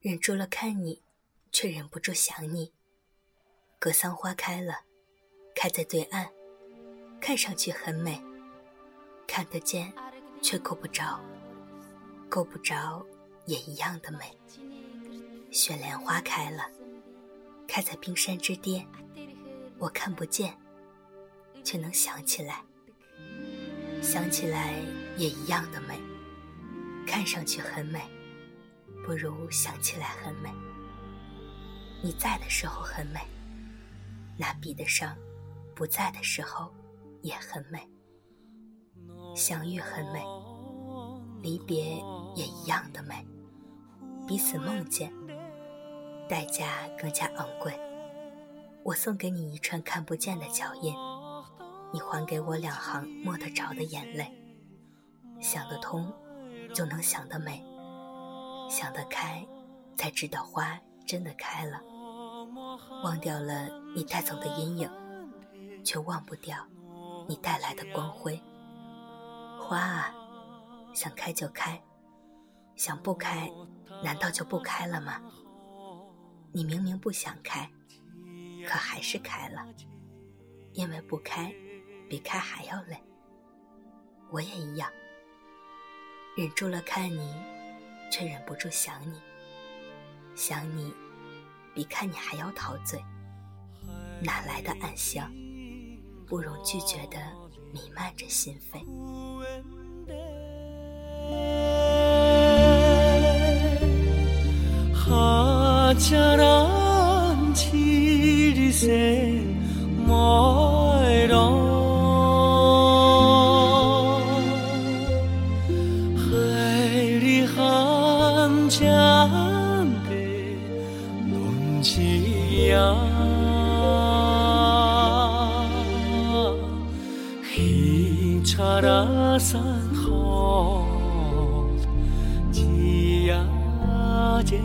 忍住了看你，却忍不住想你。格桑花开了，开在对岸，看上去很美，看得见却够不着，够不着也一样的美。雪莲花开了，开在冰山之巅，我看不见，却能想起来，想起来也一样的美，看上去很美，不如想起来很美。你在的时候很美，那比得上不在的时候也很美。相遇很美，离别也一样的美，彼此梦见，代价更加昂贵。我送给你一串看不见的脚印，你还给我2行摸得着的眼泪。想得通就能想得美，想得开才知道花真的开了。忘掉了你带走的阴影，却忘不掉你带来的光辉。花啊，想开就开，想不开难道就不开了吗？你明明不想开，可还是开了，因为不开比开还要累。我也一样，忍住了看你，却忍不住想你。想你比看你还要陶醉，哪来的暗香，不容拒绝地弥漫着心扉。 하자란 지리새 멀어 하리 한 잔데 논지야 희차라산 헛 지야제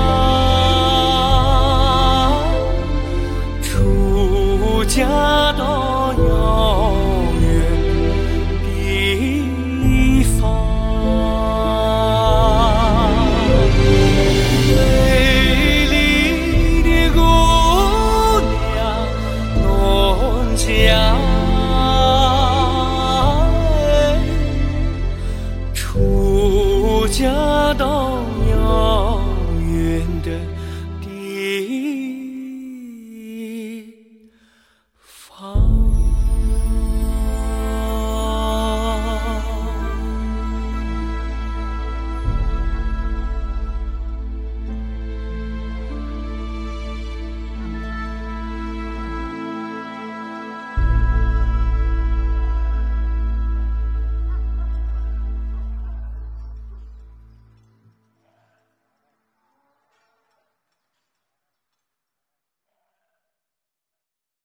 家的